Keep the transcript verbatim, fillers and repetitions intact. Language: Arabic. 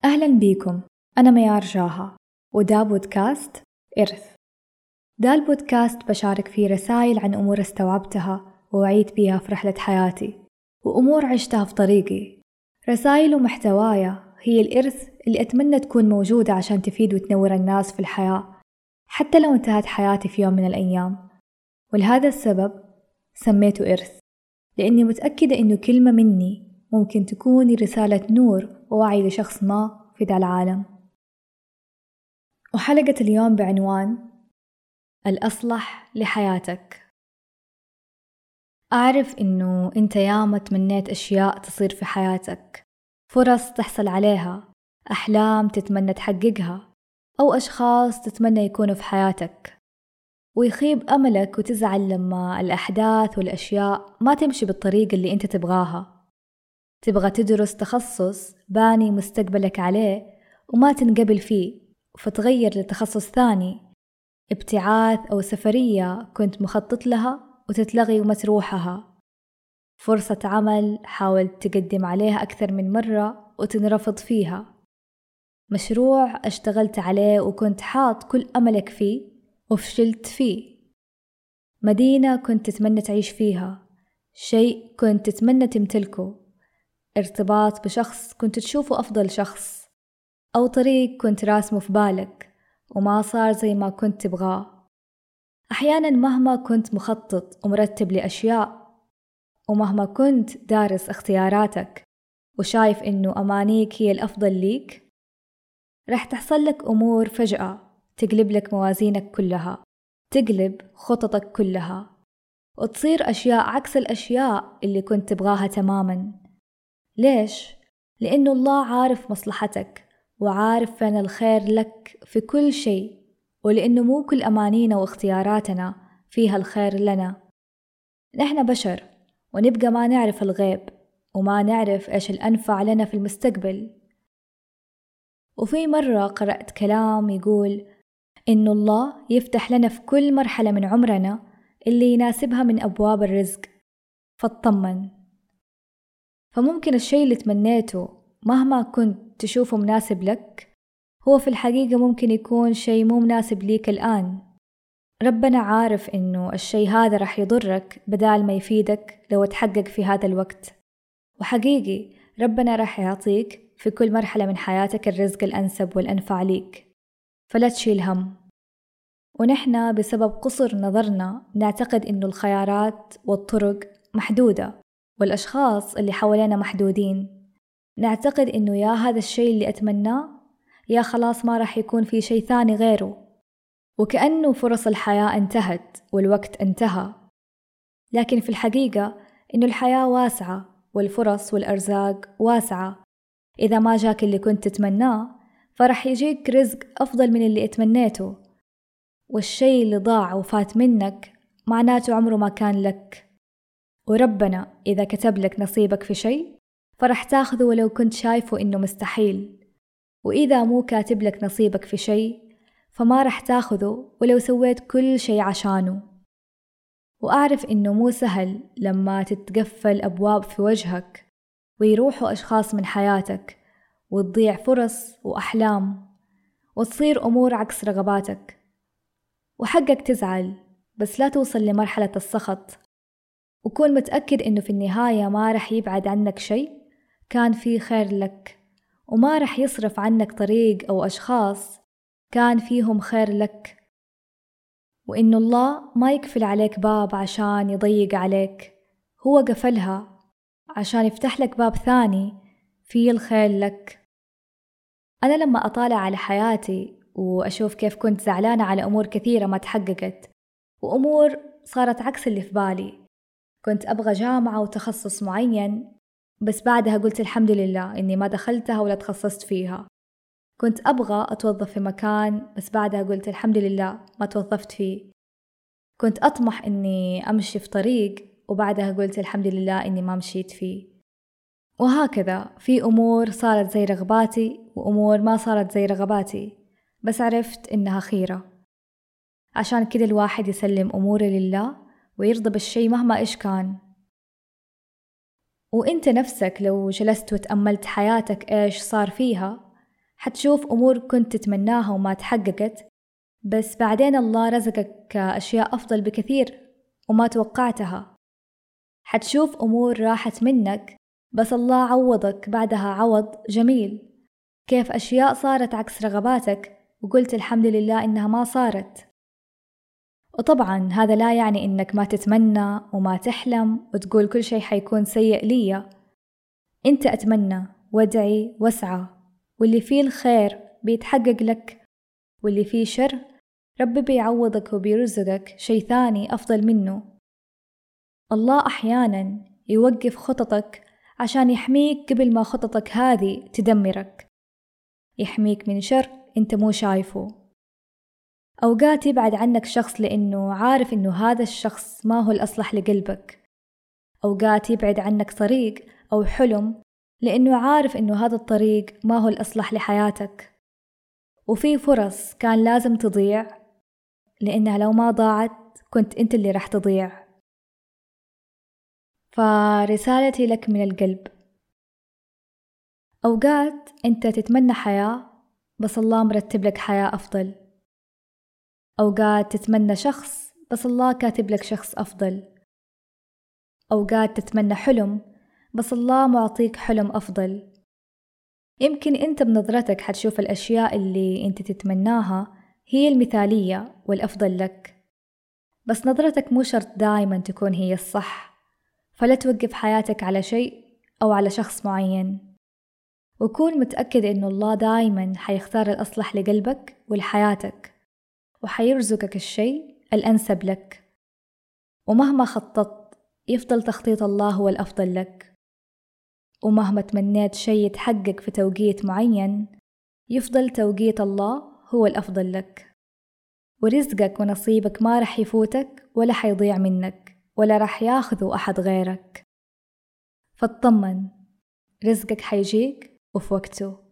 أهلا بيكم. أنا ميار جاها ودا بودكاست إرث. دا البودكاست بشارك فيه رسائل عن أمور استوعبتها ووعيت بيها في رحلة حياتي وأمور عشتها في طريقي. رسائل ومحتوايا هي الإرث اللي أتمنى تكون موجودة عشان تفيد وتنور الناس في الحياة حتى لو انتهت حياتي في يوم من الأيام. ولهذا السبب سميته إرث، لأني متأكدة إنه كلمة مني ممكن تكون رسالة نور ووعي لشخص ما في ذا العالم. وحلقة اليوم بعنوان الأصلح لحياتك. أعرف إنه أنت ياما تمنيت أشياء تصير في حياتك، فرص تحصل عليها، أحلام تتمنى تحققها، أو أشخاص تتمنى يكونوا في حياتك، ويخيب أملك وتزعل لما الأحداث والأشياء ما تمشي بالطريقة اللي أنت تبغاها. تبغى تدرس تخصص باني مستقبلك عليه وما تنقبل فيه، فتغير لتخصص ثاني، ابتعاث أو سفرية كنت مخطط لها وتتلغي وما تروحها، فرصة عمل حاولت تقدم عليها أكثر من مرة وتنرفض فيها، مشروع اشتغلت عليه وكنت حاط كل أملك فيه وفشلت فيه، مدينة كنت تتمنى تعيش فيها، شيء كنت تتمنى تمتلكه، ارتباط بشخص كنت تشوفه أفضل شخص، أو طريق كنت راسمه في بالك وما صار زي ما كنت تبغاه. أحيانا مهما كنت مخطط ومرتب لأشياء، ومهما كنت دارس اختياراتك وشايف إنه أمانيك هي الأفضل ليك، رح تحصل لك أمور فجأة تقلب لك موازينك كلها، تقلب خططك كلها، وتصير أشياء عكس الأشياء اللي كنت تبغاها تماما. ليش؟ لأنه الله عارف مصلحتك وعارف فين الخير لك في كل شيء، ولأنه مو كل أمانينا واختياراتنا فيها الخير لنا. نحن بشر ونبقى ما نعرف الغيب وما نعرف إيش الأنفع لنا في المستقبل. وفي مرة قرأت كلام يقول إنه الله يفتح لنا في كل مرحلة من عمرنا اللي يناسبها من أبواب الرزق، فاطمن. فممكن الشيء اللي تمنيته مهما كنت تشوفه مناسب لك، هو في الحقيقة ممكن يكون شيء مو مناسب ليك الآن. ربنا عارف إنه الشيء هذا رح يضرك بدال ما يفيدك لو تحقق في هذا الوقت. وحقيقي ربنا رح يعطيك في كل مرحلة من حياتك الرزق الأنسب والأنفع ليك، فلا تشيل هم. ونحن بسبب قصر نظرنا نعتقد إنه الخيارات والطرق محدودة والأشخاص اللي حوالينا محدودين، نعتقد إنه يا هذا الشيء اللي أتمناه يا خلاص ما رح يكون في شيء ثاني غيره، وكأنه فرص الحياة انتهت والوقت انتهى. لكن في الحقيقة إنه الحياة واسعة والفرص والأرزاق واسعة. إذا ما جاك اللي كنت تتمناه فرح يجيك رزق أفضل من اللي اتمنيته، والشيء اللي ضاع وفات منك معناته عمره ما كان لك. وربنا إذا كتب لك نصيبك في شيء فرح تاخذه ولو كنت شايفه إنه مستحيل، وإذا مو كاتب لك نصيبك في شيء فما رح تاخذه ولو سويت كل شيء عشانه. وأعرف إنه مو سهل لما تتقفل أبواب في وجهك ويروحوا أشخاص من حياتك وتضيع فرص وأحلام وتصير أمور عكس رغباتك، وحقك تزعل بس لا توصل لمرحلة السخط. وكون متأكد إنه في النهاية ما رح يبعد عنك شيء كان فيه خير لك، وما رح يصرف عنك طريق أو أشخاص كان فيهم خير لك، وإنه الله ما يقفل عليك باب عشان يضيق عليك، هو قفلها عشان يفتح لك باب ثاني فيه الخير لك. أنا لما أطالع على حياتي وأشوف كيف كنت زعلانة على أمور كثيرة ما تحققت، وأمور صارت عكس اللي في بالي، كنت أبغى جامعة وتخصص معين بس بعدها قلت الحمد لله إني ما دخلتها ولا تخصصت فيها. كنت أبغى أتوظف في مكان بس بعدها قلت الحمد لله ما توظفت فيه. كنت أطمح إني أمشي في طريق وبعدها قلت الحمد لله إني ما مشيت فيه. وهكذا في أمور صارت زي رغباتي وأمور ما صارت زي رغباتي، بس عرفت إنها خيرة. عشان كده الواحد يسلم أموره لله ويرضى بالشيء مهما إيش كان. وإنت نفسك لو جلست وتأملت حياتك إيش صار فيها حتشوف أمور كنت تتمناها وما تحققت، بس بعدين الله رزقك أشياء أفضل بكثير وما توقعتها. حتشوف أمور راحت منك بس الله عوضك بعدها عوض جميل. كيف أشياء صارت عكس رغباتك وقلت الحمد لله إنها ما صارت. وطبعا هذا لا يعني إنك ما تتمنى وما تحلم وتقول كل شيء حيكون سيء لي. أنت أتمنى وادعي واسعى، واللي فيه الخير بيتحقق لك، واللي فيه شر ربي بيعوضك وبيرزقك شيء ثاني أفضل منه. الله أحيانا يوقف خططك عشان يحميك قبل ما خططك هذه تدمرك، يحميك من شر أنت مو شايفه. أوقات يبعد عنك شخص لأنه عارف أنه هذا الشخص ما هو الأصلح لقلبك. أوقات يبعد عنك طريق أو حلم لأنه عارف أنه هذا الطريق ما هو الأصلح لحياتك. وفي فرص كان لازم تضيع لأنها لو ما ضاعت كنت أنت اللي رح تضيع. فرسالتي لك من القلب، أوقات أنت تتمنى حياة بس الله مرتب لك حياة أفضل. أوقات تتمنى شخص بس الله كاتب لك شخص أفضل. أوقات تتمنى حلم بس الله معطيك حلم أفضل. يمكن أنت بنظرتك حتشوف الأشياء اللي أنت تتمناها هي المثالية والأفضل لك، بس نظرتك مو شرط دائما تكون هي الصح. فلا توقف حياتك على شيء أو على شخص معين، وكون متأكد إنه الله دائما حيختار الأصلح لقلبك ولحياتك، وحيرزقك الشيء الأنسب لك. ومهما خططت يفضل تخطيط الله هو الأفضل لك، ومهما تمنيت شيء يتحقق في توقيت معين يفضل توقيت الله هو الأفضل لك. ورزقك ونصيبك ما رح يفوتك ولا حيضيع منك ولا رح ياخذه أحد غيرك. فاطمن، رزقك حيجيك وفي وقته.